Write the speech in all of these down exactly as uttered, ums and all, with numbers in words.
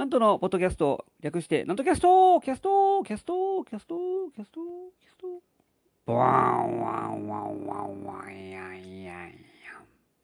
なんとのポッドキャスト、略して、なんとキャストキャストキャストキャストキャストキャストバワンワンワンワンワンやいやいや。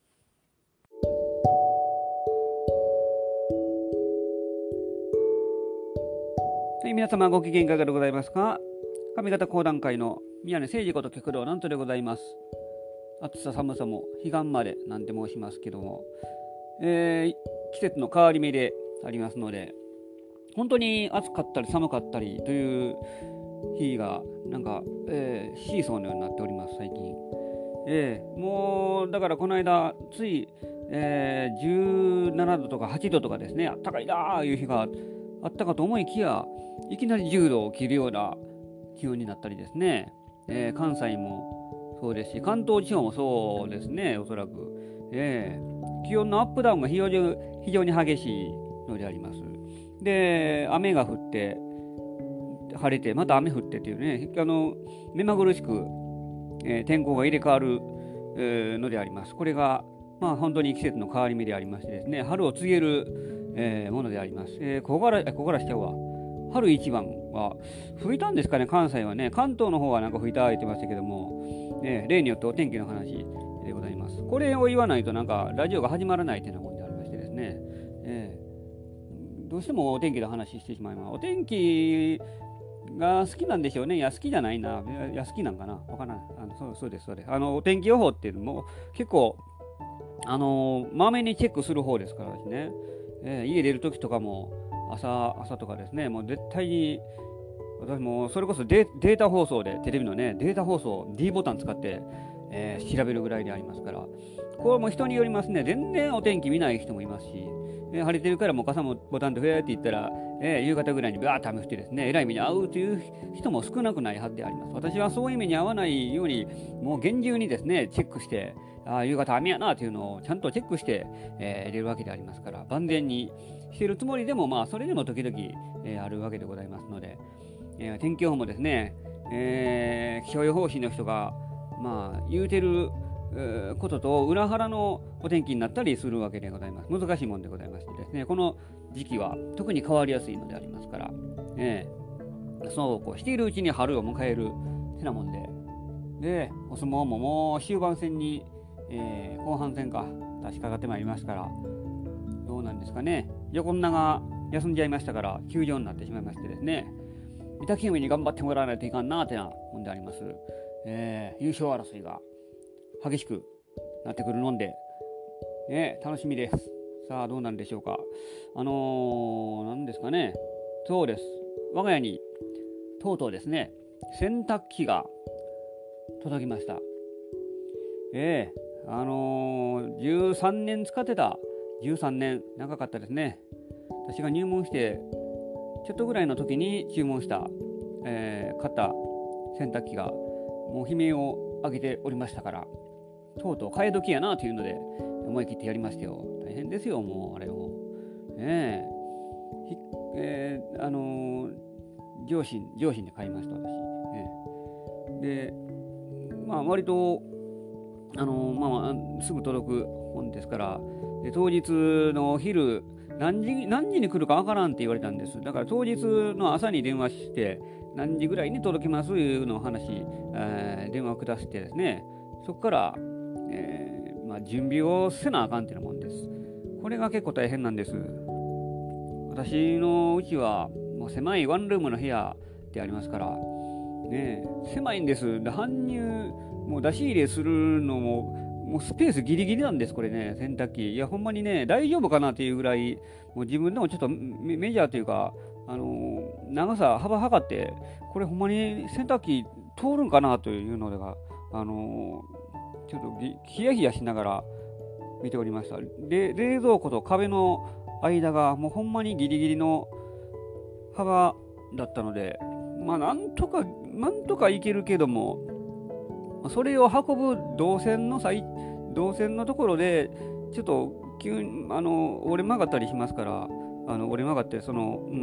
はい、皆様ご機嫌いかがでございますか？上方講談会の宮根誠司こと極道なんとでございます。暑さ寒さも彼岸までなんて申しますけども、えー、季節の変わり目でありますので、本当に暑かったり寒かったりという日がなんか、えー、シーソーのようになっております最近。えー、もうだからこの間つい、えー、じゅうななどとかはちどとかですね、あったかいなーいう日があったかと思いきや、いきなりじゅうどを切るような気温になったりですね、えー、関西もそうですし、関東地方もそうですね、おそらく、えー、気温のアップダウンが非常に非常に激しいのであります。で、雨が降って晴れてまた雨降ってっていうね、あの目まぐるしく、えー、天候が入れ替わる、えー、のであります。これがまあ本当に季節の変わり目でありましてですね、春を告げる、えー、ものであります。えー、ここからここからしちゃうわ。春一番は吹いたんですかね、関西はね。関東の方はなんか吹いた言ってましたけども、ね、例によってお天気の話でございます。これを言わないとなんかラジオが始まらないというようなものでありましてですね、えー、どうしてもお天気の話してしまいます。お天気が好きなんでしょうね。いや好きじゃないな。いや好きなんかな。わからない。あのそうそうですそうです。あのお天気予報っていうのも結構あのまめにチェックする方ですからですね。えー、家出る時とかも朝朝とかですね、もう絶対に私もそれこそ デ, データ放送でテレビのねデータ放送 D ボタン使って、えー、調べるぐらいでありますから、これも人によりますね。全然お天気見ない人もいますし、えー、晴れてるからもう傘もボタンでふえーって言ったら、えー、夕方ぐらいにバーッと雨降ってですね、えらい目に遭うという人も少なくないはずであります。私はそういう目に遭わないようにもう厳重にですねチェックして、あ夕方雨やなというのをちゃんとチェックして、えー、入れるわけでありますから、万全にしているつもりでも、まあそれでも時々、えー、あるわけでございますので、えー、天気予報もですね、えー、気象予報士の人がまあ言うてることと裏腹のお天気になったりするわけでございます。難しいもんでございましてですね、この時期は特に変わりやすいのでありますから、えー、そうこうしているうちに春を迎えるてなもんで、でお相撲ももう終盤戦に、えー、後半戦か差し掛かってまいりますから、どうなんですかね。横綱が休んじゃいましたから休場になってしまいましてですね、御嶽海に頑張ってもらわないといかんなーってなもんであります。えー、優勝争いが激しくなってくるので、ね、楽しみです。さあどうなんでしょうか。あのー、なんですかね。そうです。我が家にとうとうですね、洗濯機が届きました。えー、あのー、じゅうさんねん使ってた。じゅうさんねん長かったですね。私が入門してちょっとぐらいの時に注文した、えー、買った洗濯機がもう悲鳴を上げておりましたから、とうとう替え時やなというので思い切ってやりましたよ。大変ですよ、もうあれを。ねええー、あのー、上司上司に買いました私。ね、で、まあ割とあのー、まあすぐ届くもんですから、で当日のお昼何時何時に来るかわからんって言われたんです。だから当日の朝に電話して何時ぐらいに届きますいうのを話、えー、電話を下してですね、そこから、えーまあ、準備をせなあかんっていうもんです。これが結構大変なんです。私のうちはもう狭いワンルームの部屋でありますから、ね、狭いんです。で搬入もう出し入れするのももうスペースギリギリなんです、これね、洗濯機。いや、ほんまにね、大丈夫かなっていうぐらい、もう自分でもちょっとメメジャーというか、あのー、長さ、幅測って、これほんまに洗濯機通るんかなというのが、あのー、ちょっとヒヤヒヤしながら見ておりました。で、冷蔵庫と壁の間が、もうほんまにギリギリの幅だったので、まあ、なんとか、なんとかいけるけども、それを運ぶ動線の最動線のところでちょっと急にあの折れ曲がったりしますから、あの折れ曲がってその、うん、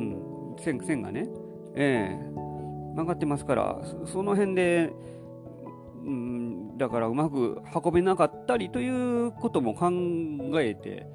線, 線がね、えー、曲がってますから、そ, その辺で、うん、だからうまく運べなかったりということも考えて、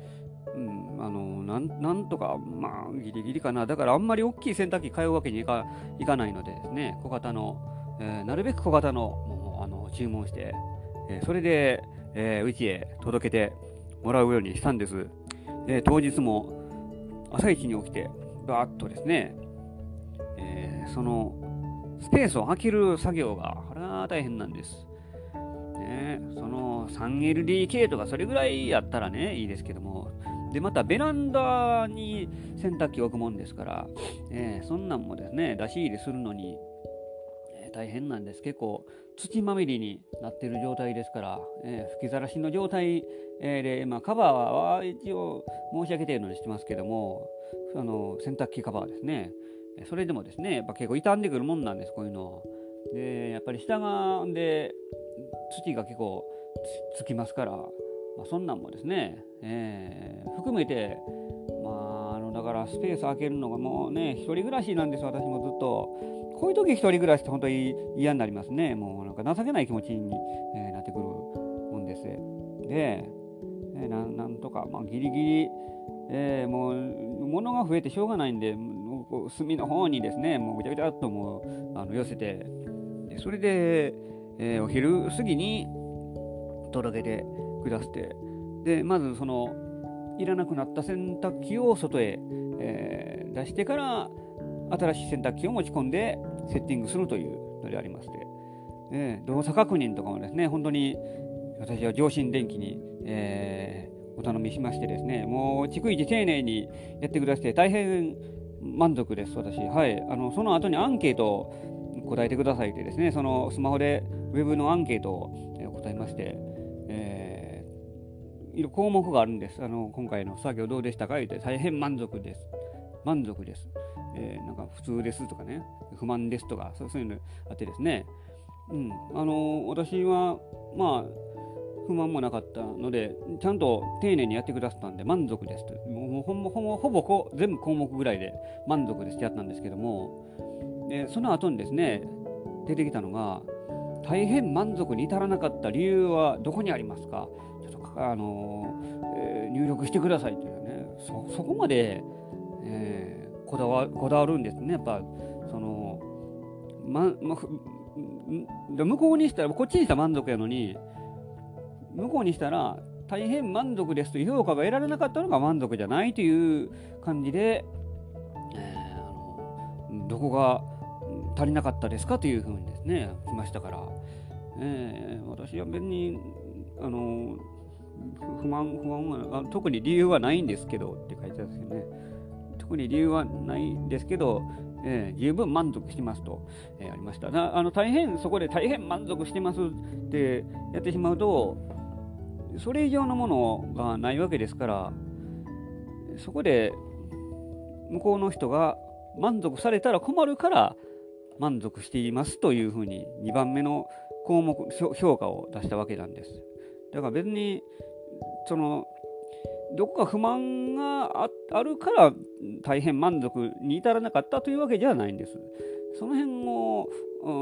うん、あのなんなんとか、まあ、ギリギリかな。だからあんまり大きい洗濯機買うわけにいかいかないのでですね、小型の、えー、なるべく小型のもうあの注文して、えー、それで、えー、うちへ届けてもらうようにしたんです。で当日も朝一に起きてバーッとですね、えー、そのスペースを空ける作業があら大変なんです。ね、その スリーエルディーケー とかそれぐらいやったらねいいですけども、でまたベランダに洗濯機置くもんですから、えー、そんなんもですね出し入れするのに、えー、大変なんです。結構土まみれになっている状態ですから、えー、吹きざらしの状態、えー、で、まあ、カバーは一応申し上げているのにしてますけども、あの洗濯機カバーですね、それでもですねやっぱ結構傷んでくるもんなんです、こういうので。やっぱり下がで土が結構 つ, つきますから、まあ、そんなんもですね、えー、含めて、まあ、あのだからスペース空けるのがもうね、一人暮らしなんです。私もずっとこういう時一人暮らしって本当に嫌になりますね。もうなんか情けない気持ちに、えー、なってくるもんです。で、えー、な, なんとか、まあ、ギリギリ、えー、もう物が増えてしょうがないんで、隅の方にですねもうぐちゃぐちゃっともうあの寄せて、でそれで、えー、お昼過ぎに届けてくださって、でまずそのいらなくなった洗濯機を外へ、えー、出してから新しい洗濯機を持ち込んでセッティングするというのでありまして、えー、動作確認とかもですね本当に私は上新電機に、えー、お頼みしましてですね、もう逐一丁寧にやってくださって大変満足です、私。はい、あのその後にアンケートを答えてくださいってですね、そのスマホでウェブのアンケートを答えまして、えー、いろ項目があるんです。あの今回の作業どうでしたか言って、大変満足です、満足です、えー、なんか普通ですとかね、不満ですとか、そういうのあってですね、うん、あの私はまあ不満もなかったので、ちゃんと丁寧にやってくださったんで満足ですと、もうほぼほぼほぼこう全部項目ぐらいで満足ですってやったんですけども、でその後にですね出てきたのが、大変満足に至らなかった理由はどこにありますか、ちょっとあの、えー、入力してくださいというね、そ, そこまで、えー、こだわこだわるんですね。やっぱその、まま、向こうにしたらこっちにしたら満足やのに、向こうにしたら大変満足ですという評価が得られなかったのが満足じゃないという感じで、えー、あのどこが足りなかったですかというふうにですね来ましたから、えー、私は別にあの不満不満は特に理由はないんですけどって書いてあるんですよね。特に理由はないんですけど、えー、十分満足してますと、えー、ありました。あの大変そこで大変満足してますってやってしまうと、それ以上のものがないわけですから、そこで向こうの人が満足されたら困るから満足していますというふうににばんめの項目評価を出したわけなんです。だから別にそのどこか不満が あ, あるから大変満足に至らなかったというわけじゃないんです。その辺を、うん、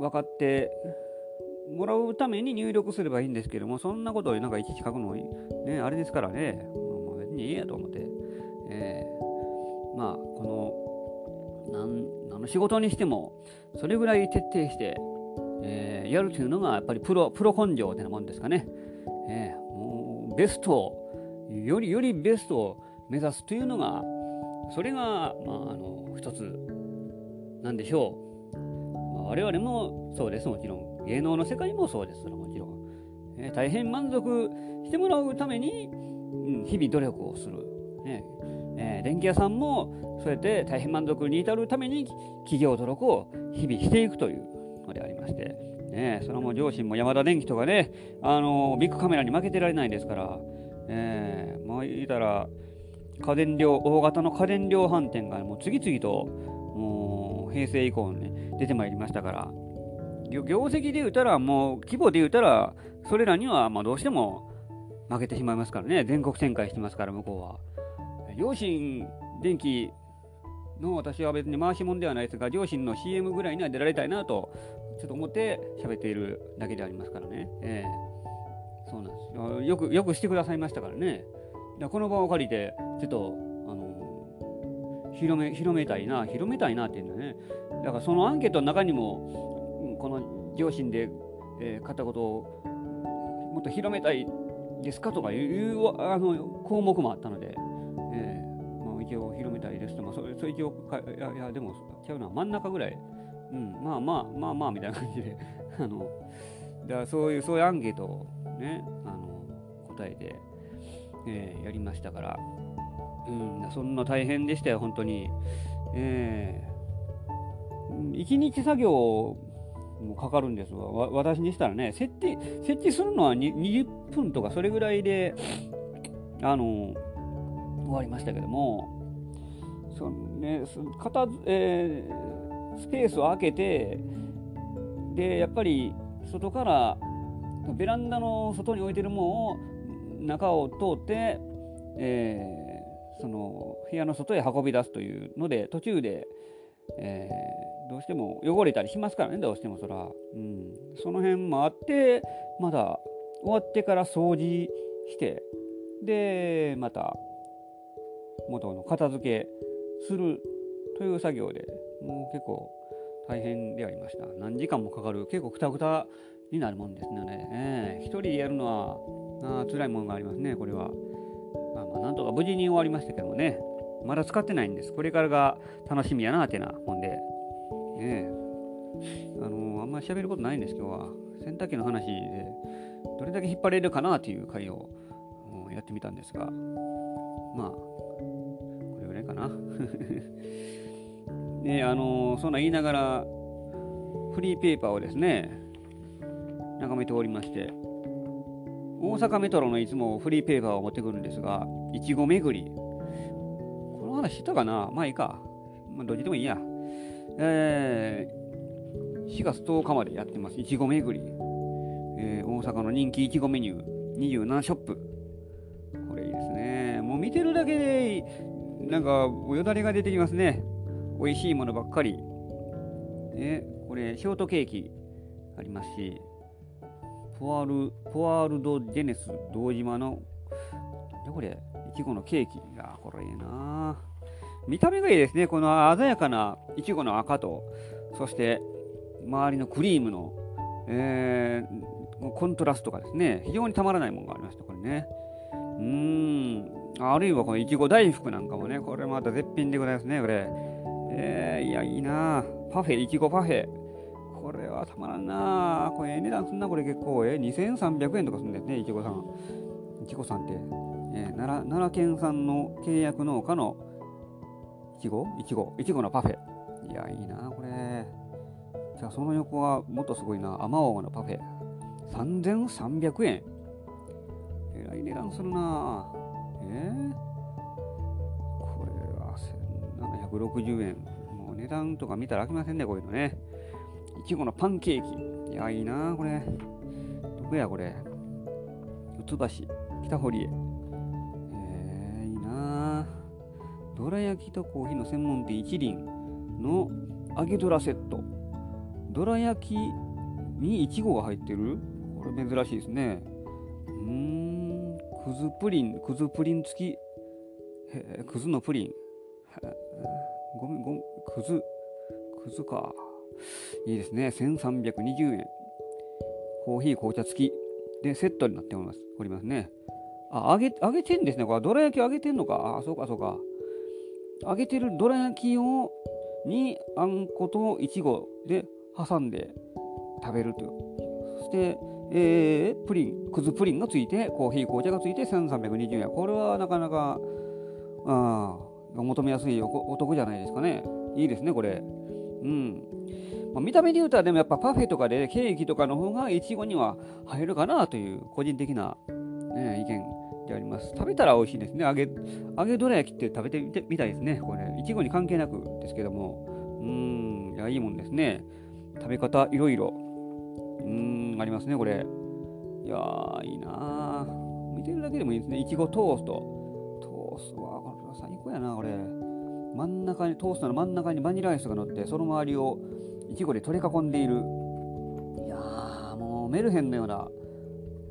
分かってもらうために入力すればいいんですけども、そんなことをなんかいちいち書くの、ね、あれですからね、もう別にいいやと思って、えー、まあこのなんあの仕事にしてもそれぐらい徹底して、えー、やるというのがやっぱりプロプロ根性ってなもんですかね。えー、もうベストをよりよりベストを目指すというのが、それが、まあ、あの一つなんでしょう。まあ、我々もそうです。もちろん芸能の世界もそうです。もちろん、えー、大変満足してもらうために、うん、日々努力をする、ねえー、電気屋さんもそうやって大変満足に至るために企業努力を日々していくというのでありまして、ね、それも上司もヤマダ電機とかね、あのー、ビッグカメラに負けてられないですから、えー、まあ言ったら家電量大型の家電量販店がもう次々ともう平成以降に、ね、出てまいりましたから、業績で言うたらもう規模で言うたらそれらにはまあどうしても負けてしまいますからね。全国展開してますから向こうは。上新電機の私は別に回し物ではないですが、上新の シーエム ぐらいには出られたいなとちょっと思って喋っているだけでありますからね。えー、そうなんですよ。よくよくしてくださいましたからね。 でこの場を借りてちょっとあの広め広めたいな広めたいなっていうんだね。だからそのアンケートの中にもこの両親で、えー、片言をもっと広めたいですかとかいうあの項目もあったので、えーまあ、一応広めたいですと、まあ、それそれ一応かいやいやでも違うな真ん中ぐらい、うん、まあまあまあまあみたいな感じであのだからそういうそういうアンケートをねあの答えて、えー、やりましたから、うん、そんな大変でしたよ本当に、えー、いちにち作業もかかるんですわ。私にしたらね、設置設置するのはにじゅっぷんとかそれぐらいであの終わりましたけども、そのね片、えー、スペースを空けて、でやっぱり外からベランダの外に置いてるものを中を通って、えー、その部屋の外へ運び出すというので、途中で、えー、どうしても汚れたりしますからね、どうしてもそら、うん、その辺もあって、まだ終わってから掃除して、でまた元の片付けするという作業で、もう結構大変でありました。何時間もかかる、結構くたくたになるもんですね。えー、一人でやるのはあ辛いものがありますね、これは。まあ、まあなんとか無事に終わりましたけどもね、まだ使ってないんです。これからが楽しみやなってなもんで、ね、あのー、あんまり喋ることないんです今日は。洗濯機の話でどれだけ引っ張れるかなっていう回をやってみたんですが、まあこれぐらいかな。で、あのー、そんな言いながらフリーペーパーをですね眺めておりまして、大阪メトロのいつもフリーペーパーを持ってくるんですが、いちご巡り、この話したかな、まあいいか、まあ、どっちでもいいや。えー、しがつとおかまでやってます、いちご巡り、えー、大阪の人気いちごメニューにじゅうななショップ、これいいですね。もう見てるだけでなんかよだれが出てきますね。美味しいものばっかり、ね、これショートケーキありますし、ポワールポワールドジェネス堂島のこれいちごのケーキが、これいいな。見た目がいいですね。この鮮やかないちごの赤と、そして周りのクリームの、えー、コントラストがですね、非常にたまらないものがありました。これね、うーん、あるいはこのいちご大福なんかもね、これまた絶品でございますね。これ、えー、いやいいな。パフェ、いちごパフェ、これはたまらんな。これ、ええ値段すんな、これ結構。え、にせんさんびゃくえんとかするんですね、いちごさん。いちごさんって、えー、奈良、奈良県産の契約農家のいちごいちごいちごのパフェ。いや、いいな、これ。じゃあ、その横はもっとすごいな。あまおうのパフェ。さんぜんさんびゃくえん。えらい値段するな。えー、これはせんななひゃくろくじゅうえん。もう値段とか見たら飽きませんね、こういうのね。いちごのパンケーキ。いや、いいな、これ。どこや、これ。四つ橋、北堀江。えー、いいな。どら焼きとコーヒーの専門店一輪の揚げどらセット。どら焼きにいちごが入ってる？これ珍しいですね。うーん、くずプリン、くずプリン付き。へくずのプリン。ごめん、ごめん、くず、くずか。いいですね。せんさんびゃくにじゅうえん。コーヒー、紅茶付きでセットになっております。おりますね。あ、揚げ、揚げてんですね。これ、どら焼きを揚げてんのか。あ、そうか、そうか。揚げてるどら焼きを、に、あんこといちごで挟んで食べるという。そして、えー、プリン、くずプリンがついて、コーヒー、紅茶がついてせんさんびゃくにじゅうえん。これはなかなか、あ求めやすい お, お得じゃないですかね。いいですね、これ。うん。まあ、見た目で言うとでもやっぱパフェとかでケーキとかの方がいちごには入るかなという個人的な、ね、意見であります。食べたら美味しいですね。揚げ、揚げどら焼きって食べてみてみたいですね。これ、いちごに関係なくですけども。うーん、いや、いいもんですね。食べ方いろいろ。うーん、ありますね、これ。いやー、いいなー。見てるだけでもいいですね。いちごトースト。トーストは、これ最高やな、これ。真ん中に、トーストの真ん中にバニラアイスが乗って、その周りをいちごで取り囲んでいる。いやー、もうメルヘンのような、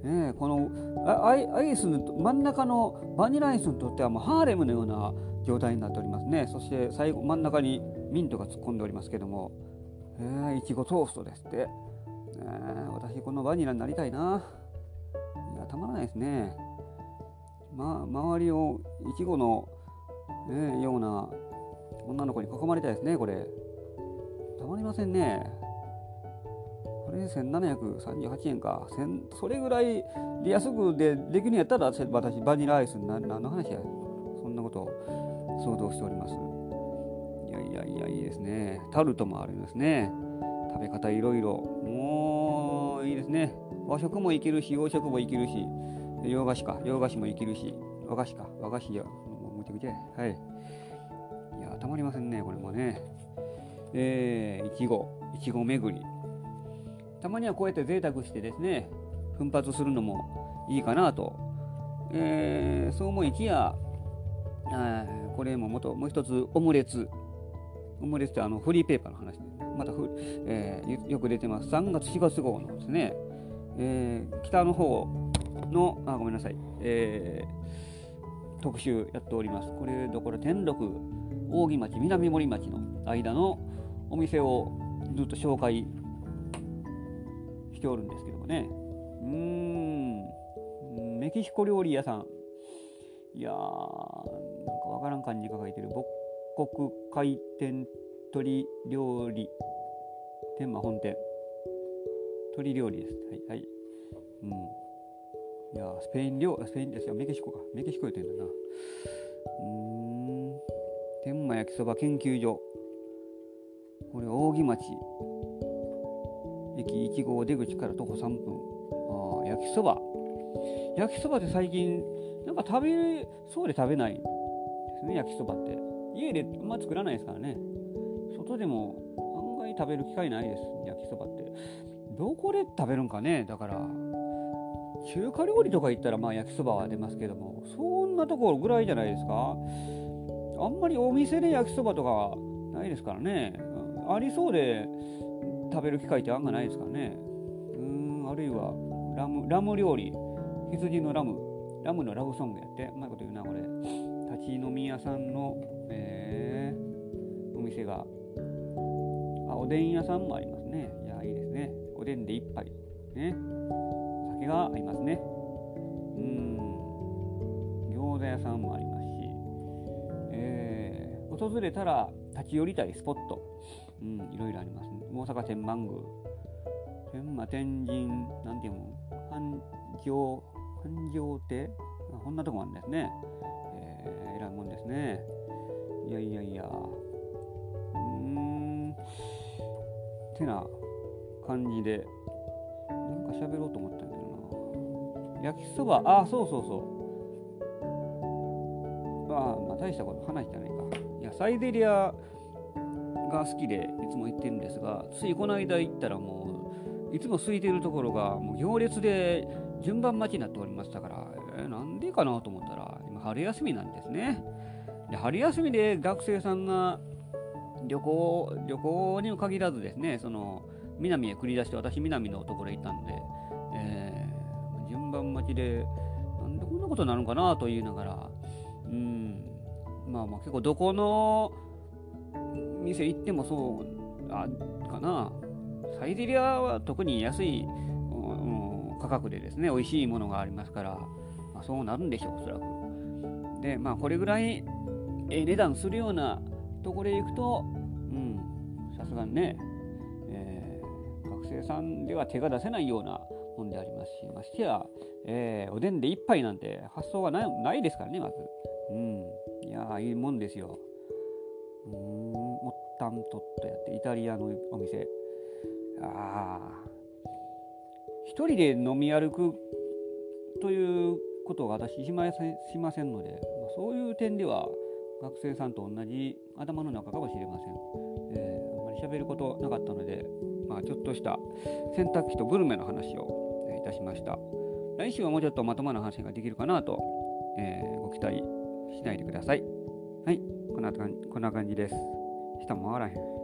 ね、このアイ、アイスの真ん中のバニラアイスにとってはもうハーレムのような状態になっておりますね。そして最後真ん中にミントが突っ込んでおりますけども、えー、いちごトーストですって、えー、私このバニラになりたいな。いやたまらないですね。ま、周りをいちごの、ね、ような女の子に囲まれたいですね。これたまりませんね。これせんななひゃくさんじゅうはちえんか。それぐらいで安くでできるんやったら私バニラアイスにな何の話や。そんなことを想像しております。いやいやいやいいですね。タルトもあるんですね。食べ方いろいろもういいですね。和食もいけるし洋食もいけるし洋菓子か洋菓子もいけるし和菓子か和菓子やもうむちゃくちゃはい。いやたまりませんねこれもね。えー、いちごいちご巡り。たまにはこうやって贅沢してですね奮発するのもいいかなと、えー、そう思いきやあこれももともう一つオムレツオムレツってあのフリーペーパーの話でまたふ、えー、よく出てますさんがつしがつ号のですね、えー、北の方のあごめんなさい、えー、特集やっております。これどころ天禄扇町南森町の間のお店をずっと紹介しておるんですけどもね。うーんメキシコ料理屋さん。いやーなんかわからん漢字が書いてる牧国回転鶏料理天満本店鶏料理です。はいはい。うん。いやスペイン料スペインですよ。メキシコかメキシコ言ってんだな。うーん天満焼きそば研究所。これ扇町駅いち号出口から徒歩さんぷん。あ焼きそば焼きそばって最近なんか食べそうで食べないですね。焼きそばって家であんま作らないですからね。外でも案外食べる機会ないです。焼きそばってどこで食べるんかね。だから中華料理とか行ったらまあ焼きそばは出ますけどもそんなところぐらいじゃないですか。あんまりお店で焼きそばとかないですからね。ありそうで食べる機会って案がないですからね。うーんあるいはラムラム料理羊のラムラムのラブソングやってうまいこと言うなこれ。立ち飲み屋さんの、えー、お店があおでん屋さんもありますね。いやいいですね。おでんで一杯ね酒がありますね。うーん餃子屋さんもありますし、えー、訪れたら立ち寄りたいスポット、うん、いろいろありますね。大阪天満宮天満天神なんていうの繁盛繁盛亭こんなとこもあるんですね。えー、偉いもんですね。いやいやいやうーんてな感じでなんか喋ろうと思ったんだけどな。焼きそばあそうそうそうまあまあ大したこと話じゃないか。いやサイゼリアが好きでいつも行ってるんですがついこの間行ったらもういつも空いているところがもう行列で順番待ちになっておりましたから、えー、なんでかなと思ったら今春休みなんですね。で春休みで学生さんが旅行旅行にも限らずですねその南へ繰り出して私南のところへ行ったんで、えー、順番待ちでなんでこんなことになるのかなと言いながらうんまあまあ結構どこの店行ってもそうあかな。サイゼリアは特に安い、うん、価格でですね美味しいものがありますから、まあ、そうなるんでしょうおそらく。でまあこれぐらいえ値段するようなところへ行くとうんさすがにね、えー、学生さんでは手が出せないようなもんでありますしましてや、えー、おでんで一杯なんて発想がない、ないですからねまず。うんいやーいいもんですよ。うーんおったんとっとやってイタリアのお店ああ一人で飲み歩くということが私しません、しませんので、まあ、そういう点では学生さんと同じ頭の中かもしれません。えー、あんまり喋ることなかったので、まあ、ちょっとした洗濯機とグルメの話をいたしました。来週はもうちょっとまともな話ができるかなと、えー、ご期待しないでください。はい、こんな感じ、こんな感じです。下も回らへん。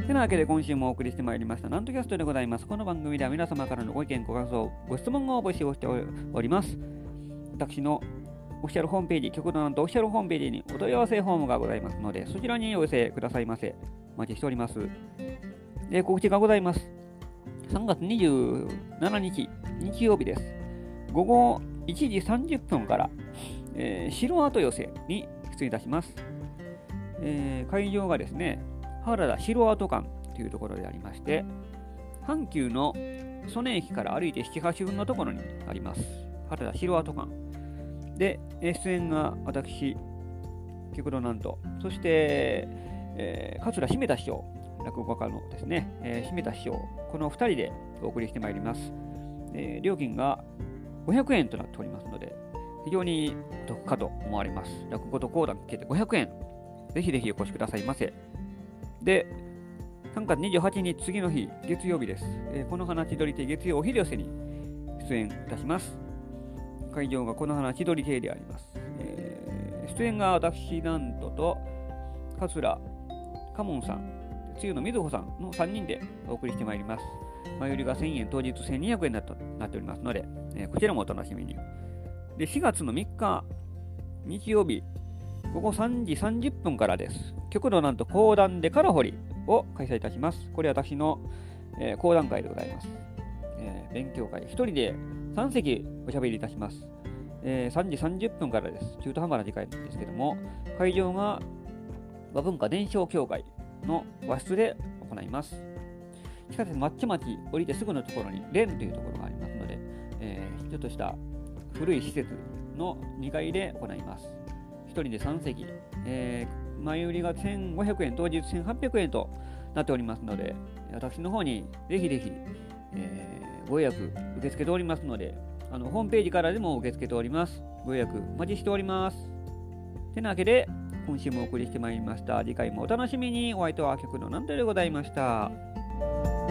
てなわけで今週もお送りしてまいりましたなんとキャストでございます。この番組では皆様からのご意見ご感想ご質問を募集をしております。私のオフィシャルホームページ、極度なんとオフィシャルホームページにお問い合わせフォームがございますので、そちらにお寄せくださいませ。お待ちしております。で、告知がございます。さんがつにじゅうしちにち、日曜日です。午後いちじさんじゅっぷんから、えー、城跡寄せに出演いたします。えー、会場がですね、原田城跡館というところでありまして、阪急の曽根駅から歩いてなな、はっぷんのところにあります。原田城跡館。で、出演が私、極度なんと、そして、えー、桂姫田師匠、落語家のですね、えー、姫田師匠、このふたりでお送りしてまいります。えー、料金がごひゃくえんとなっておりますので、非常にお得かと思われます。落語と講談かけてごひゃくえん。ぜひぜひお越しくださいませ。で、さんがつにじゅうはちにち、次の日、月曜日です。えー、この花千鳥亭月曜お昼寄せに出演いたします。会場がこの花千鳥亭であります。えー、出演が私なんとと、桂かもんさん、つゆのみずほさんのさんにんでお送りしてまいります。前売りがせんえん、当日せんにひゃくえんになっておりますので、えー、こちらもお楽しみに。で、しがつのみっか、日曜日、午後さんじさんじゅっぷんからです。極度なんと講談でから掘りを開催いたします。これは私の、えー、講談会でございます。えー、勉強会、ひとりでさんせきおしゃべりいたします。えー、さんじさんじゅっぷんからです。中途半端な時間ですけども、会場が和文化伝承協会の和室で行います。地下鉄抹茶町降りてすぐのところに蓮というところがありますので、えー、ちょっとした古い施設のにかいで行います。ひとりでさんせき、えー、前売りがせんごひゃくえん、当日せんはっぴゃくえんとなっておりますので、私の方にぜひぜひ、えー、ご予約受け付けておりますので、あのホームページからでも受け付けております。ご予約お待ちしております。てなわけで、今週もお送りしてまいりました。次回もお楽しみに。お相手は極度なんとでございました。